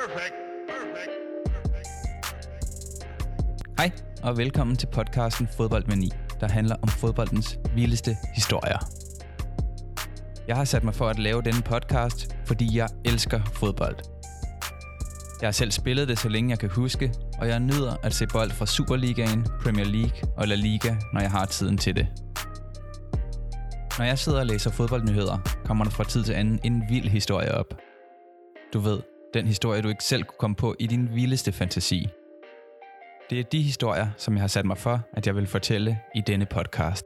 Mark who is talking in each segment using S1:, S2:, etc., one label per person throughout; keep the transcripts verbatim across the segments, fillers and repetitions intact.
S1: Perfect. Perfect.
S2: Hej og velkommen til podcasten Fodboldmani, der handler om fodboldens vildeste historier. Jeg har sat mig for at lave denne podcast, fordi jeg elsker fodbold. Jeg har selv spillet det, så længe jeg kan huske, og jeg nyder at se bold fra Superligaen, Premier League og La Liga, når jeg har tiden til det. Når jeg sidder og læser fodboldnyheder, kommer der fra tid til anden en vild historie op. Du ved, den historie, du ikke selv kunne komme på i din vildeste fantasi. Det er de historier, som jeg har sat mig for, at jeg vil fortælle i denne podcast.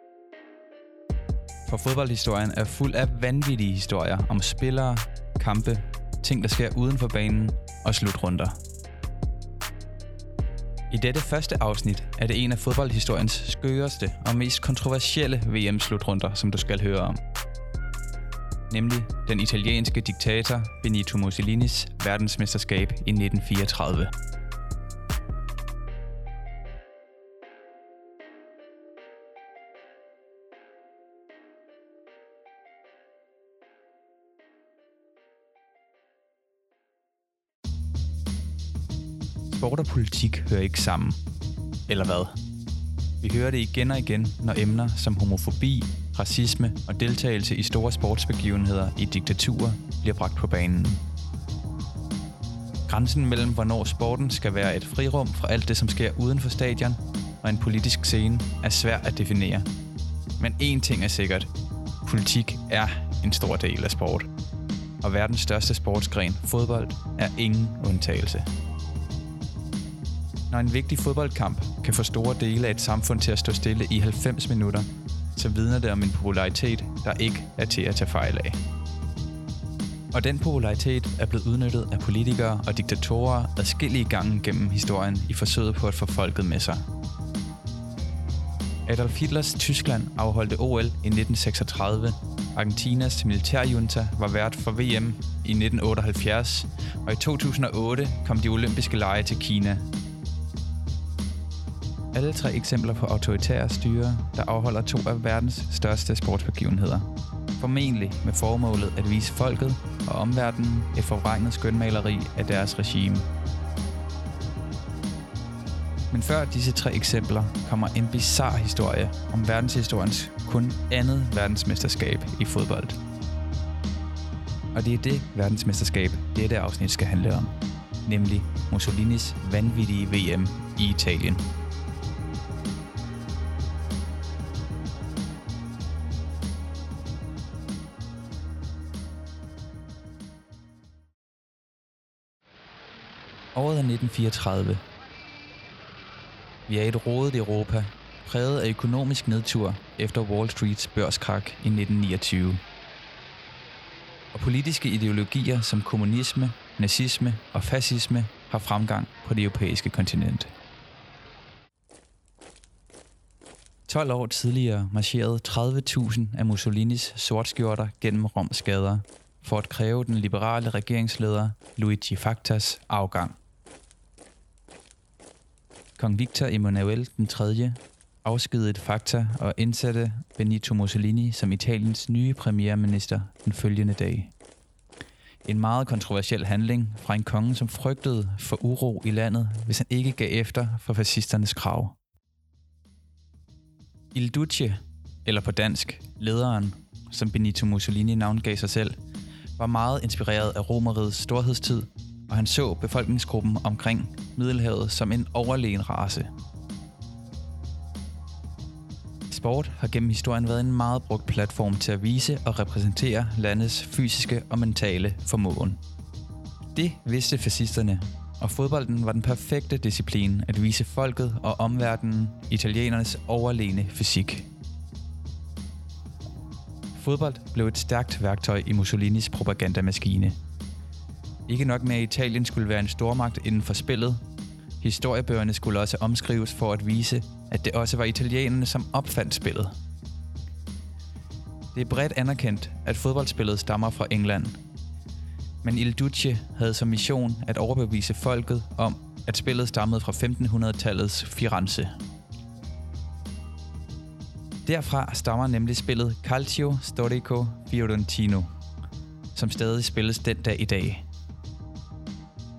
S2: For fodboldhistorien er fuld af vanvittige historier om spillere, kampe, ting der sker uden for banen og slutrunder. I dette første afsnit er det en af fodboldhistoriens skøreste og mest kontroversielle V M-slutrunder, som du skal høre om. Nemlig den italienske diktator Benito Mussolinis verdensmesterskab i nitten fireogtredive. Sport og politik hører ikke sammen. Eller hvad? Vi hører det igen og igen, når emner som homofobi, racisme og deltagelse i store sportsbegivenheder i diktaturer bliver bragt på banen. Grænsen mellem, hvornår sporten skal være et frirum fra alt det, som sker uden for stadion, og en politisk scene, er svær at definere. Men én ting er sikkert. Politik er en stor del af sport. Og verdens største sportsgren, fodbold, er ingen undtagelse. Når en vigtig fodboldkamp kan få store dele af et samfund til at stå stille i halvfems minutter, så vidner det om en popularitet, der ikke er til at tage fejl af. Og den popularitet er blevet udnyttet af politikere og diktatorer adskillige gange gennem historien i forsøget på at få folket med sig. Adolf Hitlers Tyskland afholdte O L i nitten seksogtredive, Argentinas militærjunta var vært for V M i nitten otteoghalvfjerds, og i to tusind og otte kom de olympiske lege til Kina. Alle tre eksempler på autoritære styre, der afholder to af verdens største sportsbegivenheder. Formentlig med formålet at vise folket og omverdenen et forvrænget skønmaleri af deres regime. Men før disse tre eksempler kommer en bizarre historie om verdenshistoriens kun andet verdensmesterskab i fodbold. Og det er det verdensmesterskab, dette afsnit skal handle om. Nemlig Mussolinis vanvittige V M i Italien. Året er nitten fireogtredive. Vi er i et rodet Europa, præget af økonomisk nedtur efter Wall Streets børskrak i nitten niogtyve. Og politiske ideologier som kommunisme, nazisme og fascisme har fremgang på det europæiske kontinent. tolv år tidligere marcherede tredive tusind af Mussolinis sortskjorter gennem Roms gader for at kræve den liberale regeringsleder Luigi Factas afgang. Kong Victor Emmanuel den tredje afskedede Facta og indsatte Benito Mussolini som Italiens nye premierminister den følgende dag. En meget kontroversiel handling fra en konge, som frygtede for uro i landet, hvis han ikke gav efter for fascisternes krav. Il Duce, eller på dansk, lederen, som Benito Mussolini navngav sig selv, var meget inspireret af Romerrigets storhedstid, og han så befolkningsgruppen omkring Middelhavet som en overlegen race. Sport har gennem historien været en meget brugt platform til at vise og repræsentere landets fysiske og mentale formåen. Det vidste fascisterne, og fodbolden var den perfekte disciplin at vise folket og omverdenen italienernes overlegne fysik. Fodbold blev et stærkt værktøj i Mussolinis propagandamaskine. Ikke nok med, at Italien skulle være en stormagt inden for spillet. Historiebøgerne skulle også omskrives for at vise, at det også var italienerne, som opfandt spillet. Det er bredt anerkendt, at fodboldspillet stammer fra England. Men Il Duce havde som mission at overbevise folket om, at spillet stammede fra femtenhundredetallets Firenze. Derfra stammer nemlig spillet Calcio Storico Fiorentino, som stadig spilles den dag i dag.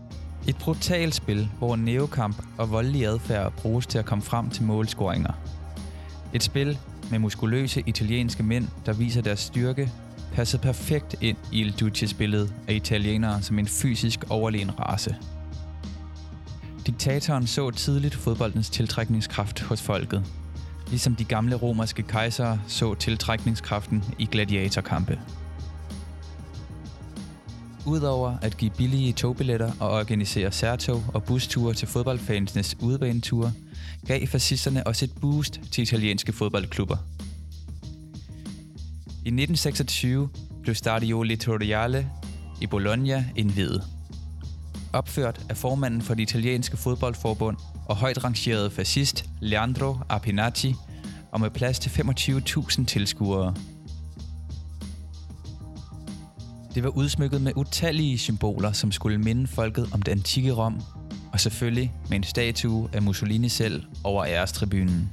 S2: Et brutalt spil, hvor neokamp og voldelig adfærd bruges til at komme frem til målscoringer. Et spil med muskuløse italienske mænd, der viser deres styrke, passede perfekt ind i Il Duces billede af italienere som en fysisk overlegen race. Diktatoren så tidligt fodboldens tiltrækningskraft hos folket, ligesom de gamle romerske kejsere så tiltrækningskraften i gladiatorkampe. Udover at give billige togbilletter og organisere særtog og busture til fodboldfansenes udebaneture, gav fascisterne også et boost til italienske fodboldklubber. I nitten seksogtyve blev Stadio Littoriale i Bologna indviet. Opført af formanden for det italienske fodboldforbund og højt rangerede fascist Leandro Arpinati og med plads til femogtyve tusind tilskuere. Det var udsmykket med utallige symboler, som skulle minde folket om det antikke Rom, og selvfølgelig med en statue af Mussolini selv over ærestribunen.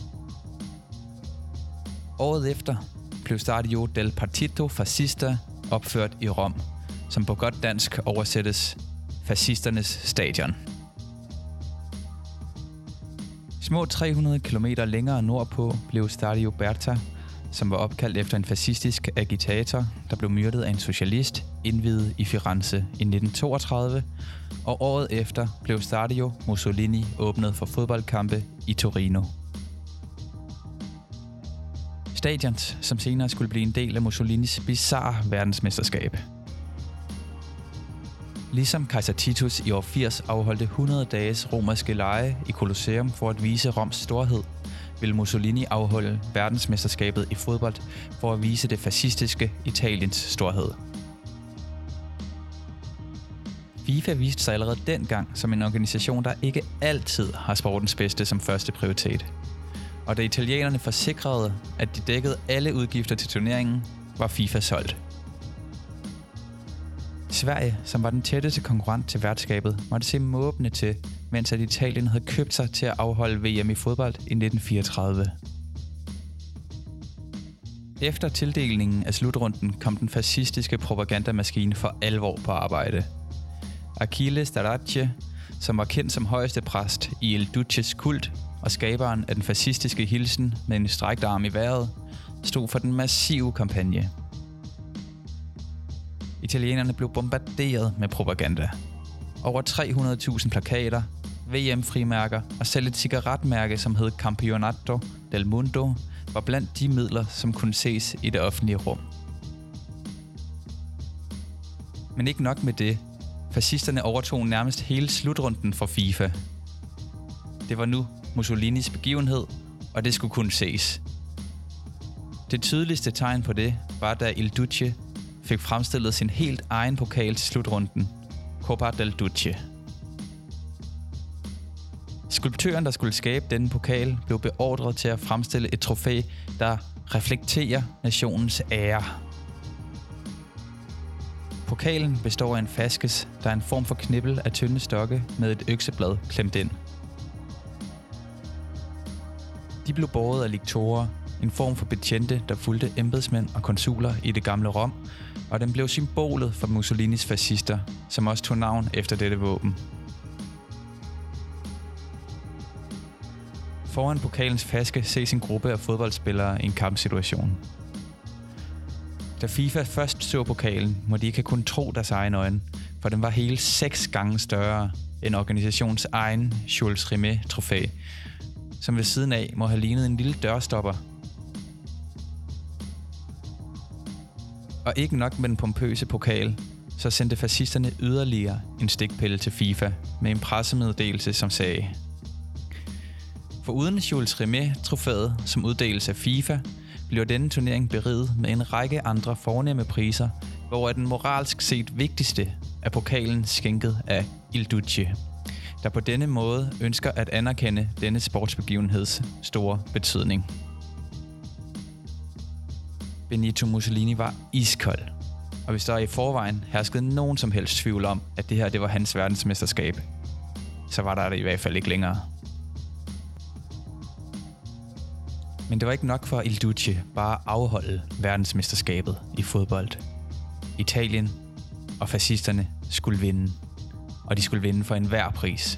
S2: Året efter blev Stadio del Partito Fascista opført i Rom, som på godt dansk oversættes fascisternes stadion. Små tre hundrede kilometer længere nordpå blev Stadio Berta, som var opkaldt efter en fascistisk agitator, der blev myrdet af en socialist, indviet i Firenze i nitten toogtredive, og året efter blev Stadio Mussolini åbnet for fodboldkampe i Torino. Stadions, som senere skulle blive en del af Mussolinis bizarre verdensmesterskab. Ligesom kejser Titus i år firs afholdte hundrede dages romerske lege i Colosseum for at vise Roms storhed, ville Mussolini afholde verdensmesterskabet i fodbold for at vise det fascistiske Italiens storhed. FIFA viste sig allerede dengang som en organisation, der ikke altid har sportens bedste som første prioritet. Og da italienerne forsikrede, at de dækkede alle udgifter til turneringen, var FIFA solgt. Sverige, som var den tætteste konkurrent til værtskabet, måtte se måbende til, mens at Italien havde købt sig til at afholde V M i fodbold i nitten fireogtredive. Efter tildelingen af slutrunden kom den fascistiske propagandamaskine for alvor på arbejde. Achille Starace, som var kendt som højeste præst i Il Duces kult og skaberen af den fascistiske hilsen med en strækt arm i vejret, stod for den massive kampagne. Italienerne blev bombarderet med propaganda. Over tre hundrede tusind plakater, V M-frimærker og selv et cigaretmærke, som hed Campionato del Mundo, var blandt de midler, som kunne ses i det offentlige rum. Men ikke nok med det. Fascisterne overtog nærmest hele slutrunden for FIFA. Det var nu Mussolinis begivenhed, og det skulle kunne ses. Det tydeligste tegn på det var, da Il Duce fik fremstillet sin helt egen pokal til slutrunden, Coppa del Duce. Skulptøren, der skulle skabe denne pokal, blev beordret til at fremstille et trofæ, der reflekterer nationens ære. Pokalen består af en faskes, der er en form for knibbel af tynde stokke med et økseblad klemt ind. De blev båret af liktorer, en form for betjente, der fulgte embedsmænd og konsuler i det gamle Rom, og den blev symbolet for Mussolinis fascister, som også tog navn efter dette våben. Foran pokalens faske ses en gruppe af fodboldspillere i en kampsituation. Da FIFA først så pokalen, må de ikke kun tro deres egen øjne, for den var hele seks gange større end organisationens egen Jules Rimet-trofæ, som ved siden af må have lignet en lille dørstopper. Og ikke nok med den pompøse pokal, så sendte fascisterne yderligere en stikpille til FIFA med en pressemeddelelse, som sagde: Foruden Jules Rimet-trofæet, som uddeles af FIFA, bliver denne turnering beriget med en række andre fornemme priser, hvor den moralsk set vigtigste er pokalen skænket af Il Duce, der på denne måde ønsker at anerkende denne sportsbegivenheds store betydning. Benito Mussolini var iskold, og hvis der i forvejen herskede nogen som helst tvivl om, at det her det var hans verdensmesterskab, så var der det i hvert fald ikke længere. Men det var ikke nok for Il Duce bare at afholde verdensmesterskabet i fodbold. Italien og fascisterne skulle vinde. og de skulle vinde for enhver pris.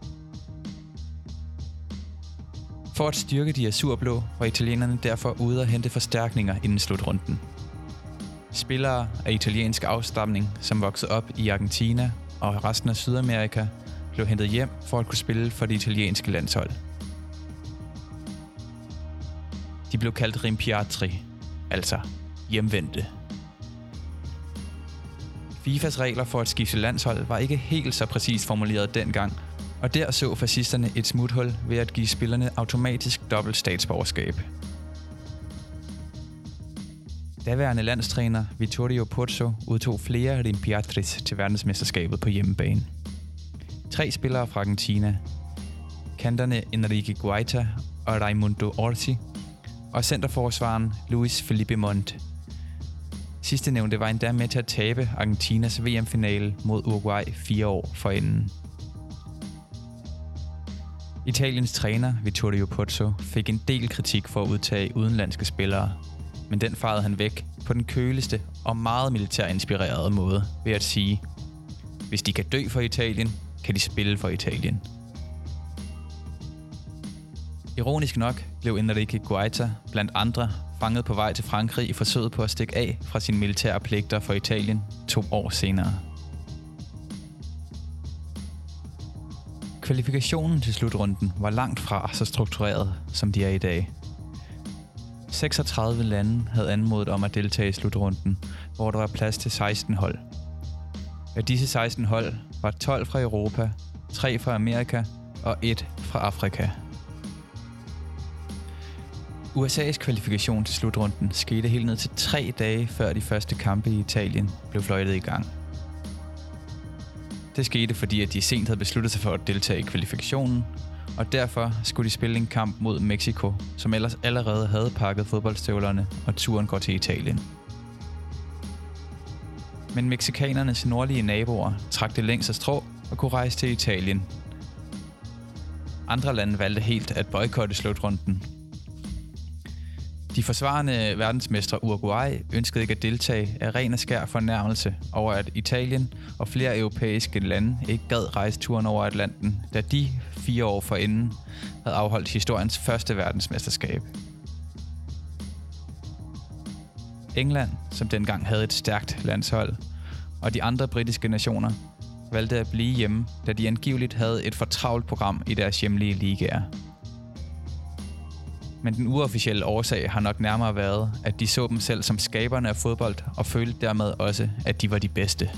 S2: For at styrke de azurblå var italienerne derfor ude at hente forstærkninger inden slutrunden. Spillere af italiensk afstamning, som voksede op i Argentina og resten af Sydamerika, blev hentet hjem for at kunne spille for det italienske landshold. De blev kaldt rimpiatri, altså hjemvendte. FIFAs regler for at skifte landshold var ikke helt så præcist formuleret dengang, og der så fascisterne et smuthul ved at give spillerne automatisk dobbelt statsborgerskab. Daværende landstræner Vittorio Pozzo udtog flere rimpiatris til verdensmesterskabet på hjemmebane. Tre spillere fra Argentina, kanterne Enrique Guaita og Raimundo Orsi, og centerforsvaren Luis Felipe Montt. Sidstnævnte var endda med til at tabe Argentinas V M-finale mod Uruguay fire år forinden. Italiens træner Vittorio Pozzo fik en del kritik for at udtage udenlandske spillere, men den farede han væk på den køligste og meget militærinspirerede måde ved at sige: hvis de kan dø for Italien, kan de spille for Italien. Ironisk nok blev Enrique Guaita blandt andre fanget på vej til Frankrig i forsøget på at stikke af fra sine militære pligter for Italien to år senere. Kvalifikationen til slutrunden var langt fra så struktureret, som de er i dag. seksogtredive lande havde anmodet om at deltage i slutrunden, hvor der var plads til seksten hold. Af disse seksten hold var tolv fra Europa, tre fra Amerika og et fra Afrika. U S A's kvalifikation til slutrunden skete helt ned til tre dage før de første kampe i Italien blev fløjtet i gang. Det skete, fordi at de sent havde besluttet sig for at deltage i kvalifikationen, og derfor skulle de spille en kamp mod Mexico, som ellers allerede havde pakket fodboldstøvlerne, og turen går til Italien. Men mexikanernes nordlige naboer trak det længste strå og kunne rejse til Italien. Andre lande valgte helt at boykotte slutrunden. De forsvarende verdensmestre Uruguay ønskede ikke at deltage af ren og skær fornærmelse over, at Italien og flere europæiske lande ikke gad rejse turen over Atlanten, da de fire år forinden havde afholdt historiens første verdensmesterskab. England, som dengang havde et stærkt landshold, og de andre britiske nationer valgte at blive hjemme, da de angiveligt havde et for travlt program i deres hjemlige ligaer. Men den uofficielle årsag har nok nærmere været, at de så dem selv som skaberne af fodbold og følte dermed også, at de var de bedste.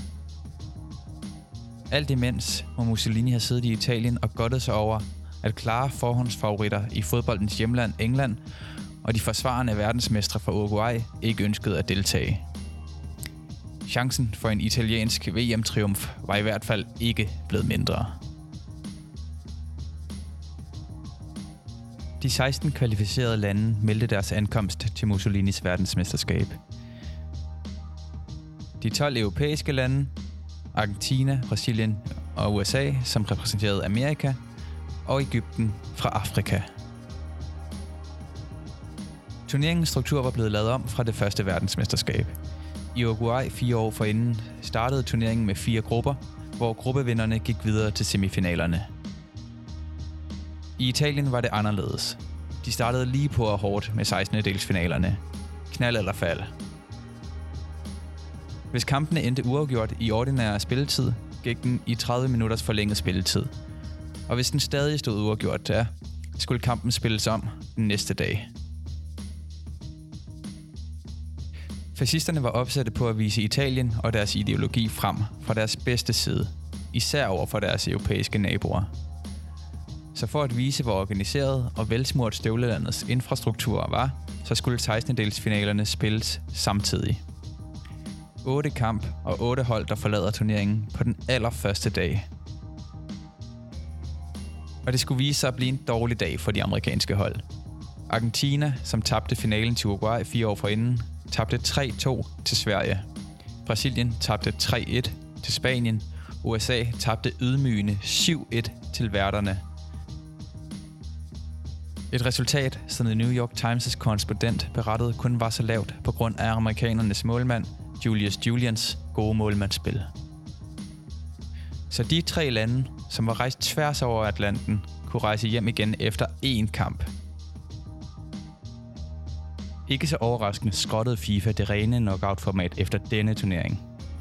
S2: Alt imens må Mussolini have siddet i Italien og godtet sig over, at klare forhåndsfavoritter i fodboldens hjemland England og de forsvarende verdensmestre fra Uruguay ikke ønskede at deltage. Chancen for en italiensk V M-triumf var i hvert fald ikke blevet mindre. De seksten kvalificerede lande meldte deres ankomst til Mussolinis verdensmesterskab. De tolv europæiske lande, Argentina, Brasilien og U S A, som repræsenterede Amerika, og Egypten fra Afrika. Turneringens struktur var blevet lavet om fra det første verdensmesterskab. I Uruguay fire år forinden startede turneringen med fire grupper, hvor gruppevinderne gik videre til semifinalerne. I Italien var det anderledes. De startede lige på og hårdt med sekstende-delsfinalerne. Knald eller fald. Hvis kampene endte uafgjort i ordinær spilletid, gik den i tredive minutters forlænget spilletid. Og hvis den stadig stod uafgjort der, skulle kampen spilles om den næste dag. Fascisterne var opsatte på at vise Italien og deres ideologi frem fra deres bedste side, især over for deres europæiske naboer. Så for at vise, hvor organiseret og velsmurt støvlelandets infrastruktur var, så skulle sekstende-delsfinalerne spilles samtidig. Otte kamp og otte hold, der forlader turneringen på den allerførste dag. Og det skulle vise sig at blive en dårlig dag for de amerikanske hold. Argentina, som tabte finalen til Uruguay fire år forinden, tabte tre to til Sverige. Brasilien tabte tre et til Spanien. U S A tabte ydmygende syv et til værterne. Et resultat, som The New York Times' korrespondent berettede, kun var så lavt på grund af amerikanernes målmand, Julius Julians gode målmandsspil. Så de tre lande, som var rejst tværs over Atlanten, kunne rejse hjem igen efter én kamp. Ikke så overraskende skrottede FIFA det rene knockout-format efter denne turnering.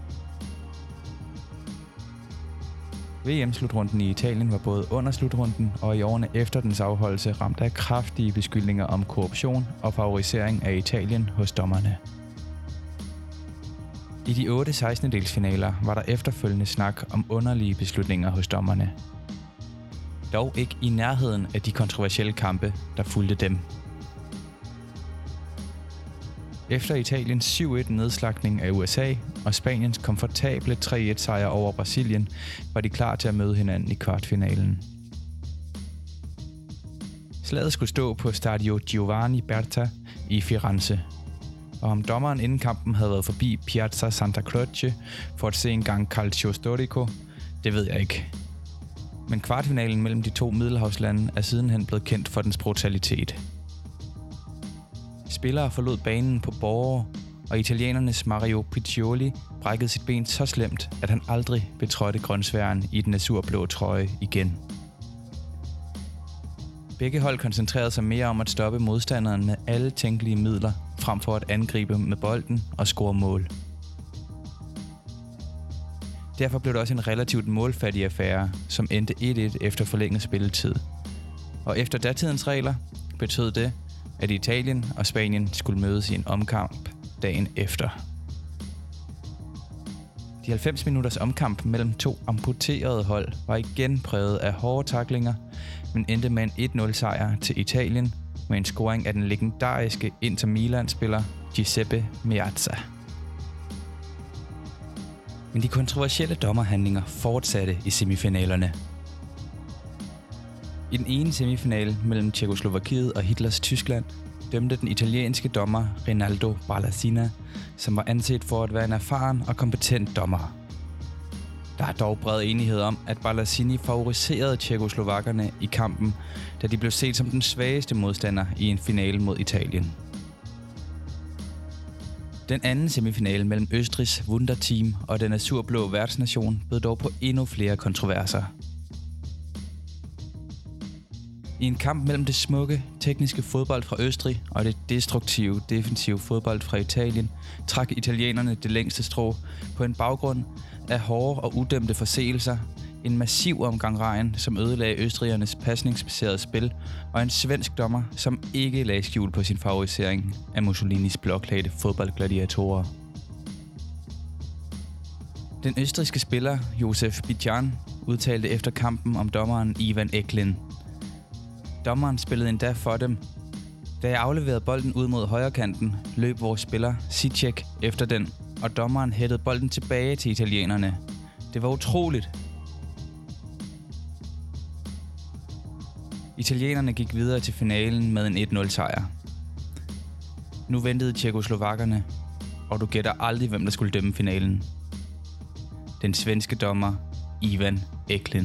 S2: V M-slutrunden i Italien var både under slutrunden og i årene efter dens afholdelse ramt af kraftige beskyldninger om korruption og favorisering af Italien hos dommerne. I de otte sekstendedelsfinaler var der efterfølgende snak om underlige beslutninger hos dommerne. Dog ikke i nærheden af de kontroversielle kampe, der fulgte dem. Efter Italiens syv et nedslagning af U S A og Spaniens komfortable tre et sejr over Brasilien, var de klar til at møde hinanden i kvartfinalen. Slaget skulle stå på Stadio Giovanni Berta i Firenze, og om dommeren inden kampen havde været forbi Piazza Santa Croce for at se en gang calcio storico, det ved jeg ikke. Men kvartfinalen mellem de to middelhavslande er sidenhen blevet kendt for dens brutalitet. Spillere forlod banen på båre, og italienernes Mario Piccioli brækkede sit ben så slemt, at han aldrig betrådte grønsværen i den azurblå trøje igen. Begge hold koncentrerede sig mere om at stoppe modstanderen med alle tænkelige midler, frem for at angribe med bolden og score mål. Derfor blev det også en relativt målfattig affære, som endte et et efter forlænget spilletid. Og efter datidens regler betød det, at Italien og Spanien skulle mødes i en omkamp dagen efter. De halvfems minutters omkamp mellem to amputerede hold var igen præget af hårde tacklinger, men endte med en et nul sejr til Italien med en scoring af den legendariske Inter Milan-spiller Giuseppe Meazza. Men de kontroversielle dommerhandlinger fortsatte i semifinalerne. I den ene semifinale mellem Tjekkoslovakiet og Hitlers Tyskland dømte den italienske dommer Rinaldo Barlassina, som var anset for at være en erfaren og kompetent dommer. Der er dog bred enighed om, at Barlassini favoriserede tjekkoslovakkerne i kampen, da de blev set som den svageste modstander i en finale mod Italien. Den anden semifinale mellem Østrigs Wunderteam og den azurblå værtsnation bød dog på endnu flere kontroverser. I en kamp mellem det smukke, tekniske fodbold fra Østrig og det destruktive, defensive fodbold fra Italien, trak italienerne det længste strå på en baggrund af hårde og udømte forseelser, en massiv omgang regn, som ødelagde østrigernes pasningsbaserede spil, og en svensk dommer, som ikke lagde skjul på sin favorisering af Mussolinis blåklædte fodboldgladiatorer. Den østrigske spiller Josef Bijan udtalte efter kampen om dommeren Ivan Eklund: "Dommeren spillede endda for dem. Da jeg afleverede bolden ud mod højrekanten, løb vores spiller Sicek efter den, og dommeren hættede bolden tilbage til italienerne. Det var utroligt." Italienerne gik videre til finalen med en et nul sejr. Nu ventede tjekkoslovakkerne, og du gætter aldrig, hvem der skulle dømme finalen. Den svenske dommer Ivan Eklund.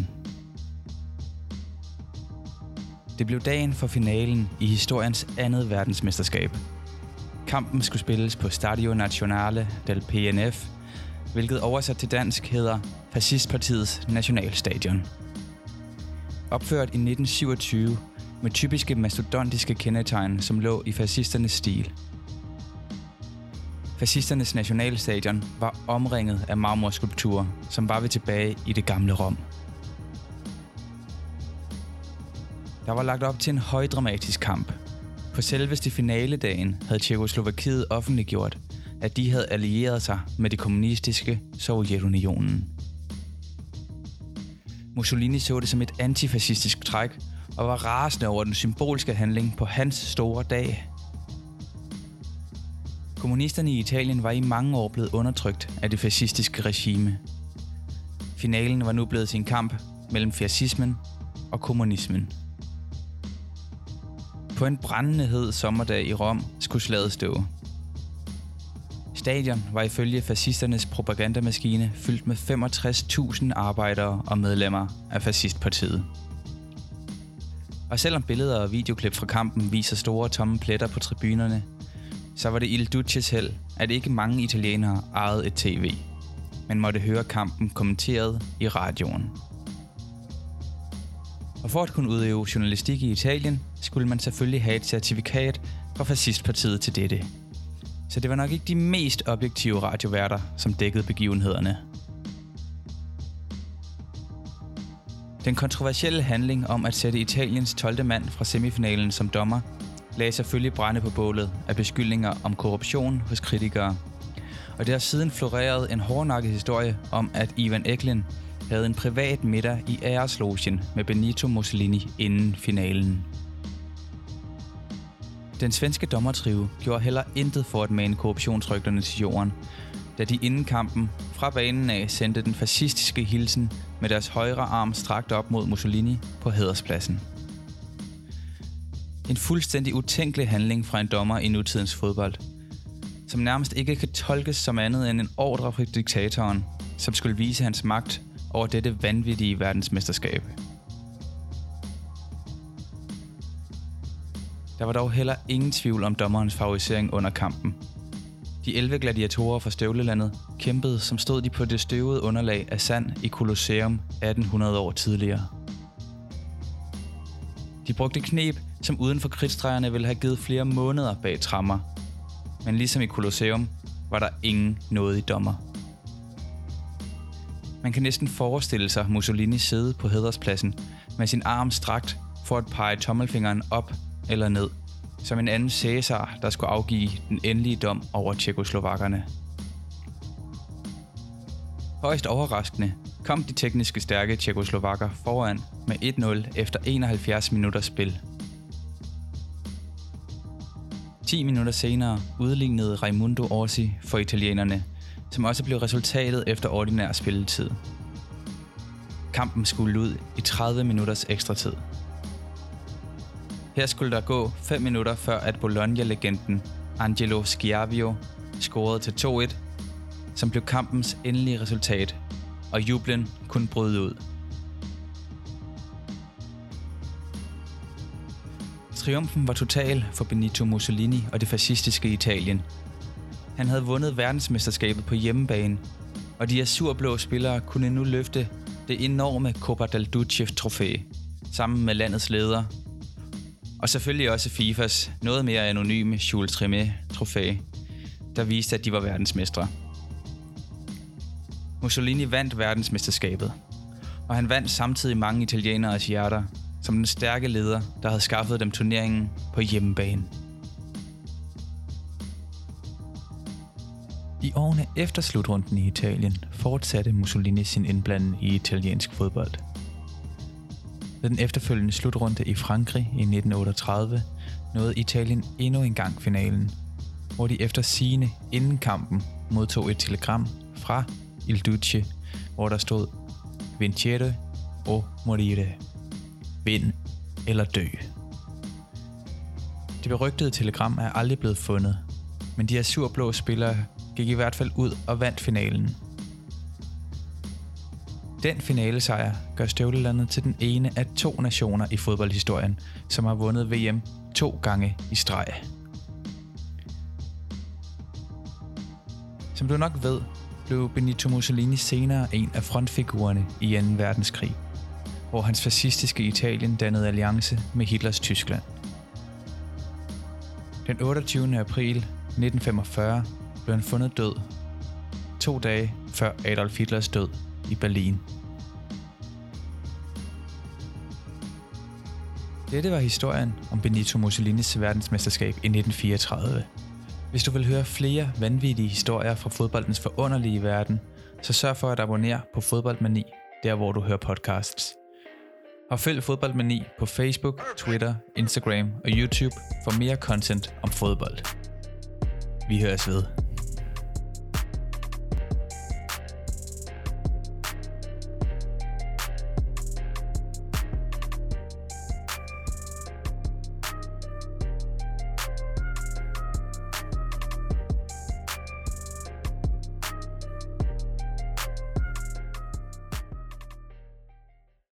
S2: Det blev dagen for finalen i historiens andet verdensmesterskab. Kampen skulle spilles på Stadio Nazionale del P N F, hvilket oversat til dansk hedder Fascistpartiets nationalstadion. Opført i nitten syvogtyve med typiske mastodontiske kendetegn, som lå i fascisternes stil. Fascisternes nationalstadion var omringet af marmorskulpturer, som var vi tilbage i det gamle Rom. Der var lagt op til en højdramatisk kamp. På selveste finaledagen havde Tjekkoslovakiet offentliggjort, at de havde allieret sig med det kommunistiske Sovjetunionen. Mussolini så det som et antifascistisk træk og var rasende over den symbolske handling på hans store dag. Kommunisterne i Italien var i mange år blevet undertrykt af det fascistiske regime. Finalen var nu blevet til en kamp mellem fascismen og kommunismen. På en brændende hed sommerdag i Rom skulle slaget stå. Stadion var ifølge fascisternes propagandamaskine fyldt med femogtres tusind arbejdere og medlemmer af fascistpartiet. Og selvom billeder og videoklip fra kampen viser store tomme pletter på tribunerne, så var det Il Duces held, at ikke mange italienere ejede et tv. men måtte høre kampen kommenteret i radioen. Og for at kunne udøve journalistik i Italien, skulle man selvfølgelig have et certifikat fra fascistpartiet til dette. Så det var nok ikke de mest objektive radioværter, som dækkede begivenhederne. Den kontroversielle handling om at sætte Italiens tolvte mand fra semifinalen som dommer, lagde selvfølgelig brænde på bålet af beskyldninger om korruption hos kritikere. Og det har siden floreret en hårdnakket historie om, at Ivan Eklund havde en privat middag i æreslogen med Benito Mussolini inden finalen. Den svenske dommertrio gjorde heller intet for at mane korruptionsrygterne til jorden, da de inden kampen fra banen af sendte den fascistiske hilsen med deres højre arm strakt op mod Mussolini på hæderspladsen. En fuldstændig utænkelig handling fra en dommer i nutidens fodbold, som nærmest ikke kan tolkes som andet end en ordre fra diktatoren, som skulle vise hans magt over dette vanvittige verdensmesterskab. Der var dog heller ingen tvivl om dommerens favorisering under kampen. De elleve gladiatorer fra Støvlelandet kæmpede, som stod de på det støvede underlag af sand i Colosseum atten hundrede år tidligere. De brugte kneb, som uden for kridtstregerne ville have givet flere måneder bag tremmer. Men ligesom i Colosseum var der ingen nådig dommer. Man kan næsten forestille sig Mussolini sidde på hæderspladsen med sin arm strakt for at pege tommelfingeren op eller ned, som en anden Cæsar, der skulle afgive den endelige dom over tjekkoslovakkerne. Højst overraskende kom de tekniske stærke tjekkoslovakker foran med et nul efter enoghalvfjerds minutters spil. ti minutter senere udlignede Raimundo Orsi for italienerne, som også blev resultatet efter ordinær spilletid. Kampen skulle ud i tredive minutters ekstra tid. Her skulle der gå fem minutter før at Bologna-legenden Angelo Schiavio scorede til to et, som blev kampens endelige resultat, og jublen kunne bryde ud. Triumfen var total for Benito Mussolini og det fascistiske Italien. Han havde vundet verdensmesterskabet på hjemmebane, og de azurblå spillere kunne nu løfte det enorme Coppa del Duce-trofæ sammen med landets leder, og selvfølgelig også FIFAs noget mere anonyme Jules Rimet-trofæ, der viste, at de var verdensmestre. Mussolini vandt verdensmesterskabet, og han vandt samtidig mange italieneres hjerter, som den stærke leder, der havde skaffet dem turneringen på hjemmebane. I årene efter slutrunden i Italien fortsatte Mussolini sin indblanding i italiensk fodbold. Ved den efterfølgende slutrunde i Frankrig i nitten otteogtredive nåede Italien endnu en gang finalen, hvor de efter sigende inden kampen modtog et telegram fra Il Duce, hvor der stod Vincere o morire. Vind eller dø. Det berygtede telegram er aldrig blevet fundet, men de azurblå spillere gik i hvert fald ud og vandt finalen. Den finalesejr gør Støvlelandet til den ene af to nationer i fodboldhistorien, som har vundet V M to gange i streg. Som du nok ved, blev Benito Mussolini senere en af frontfigurerne i anden verdenskrig, hvor hans fascistiske Italien dannede alliance med Hitlers Tyskland. Den otteogtyvende april nitten femogfyrre blev han fundet død, to dage før Adolf Hitlers død i Berlin. Dette var historien om Benito Mussolinis verdensmesterskab i nitten fireogtredive. Hvis du vil høre flere vanvittige historier fra fodboldens forunderlige verden, så sørg for at abonnere på Fodboldmani, der hvor du hører podcasts. Og følg Fodboldmani på Facebook, Twitter, Instagram og YouTube for mere content om fodbold. Vi høres ved.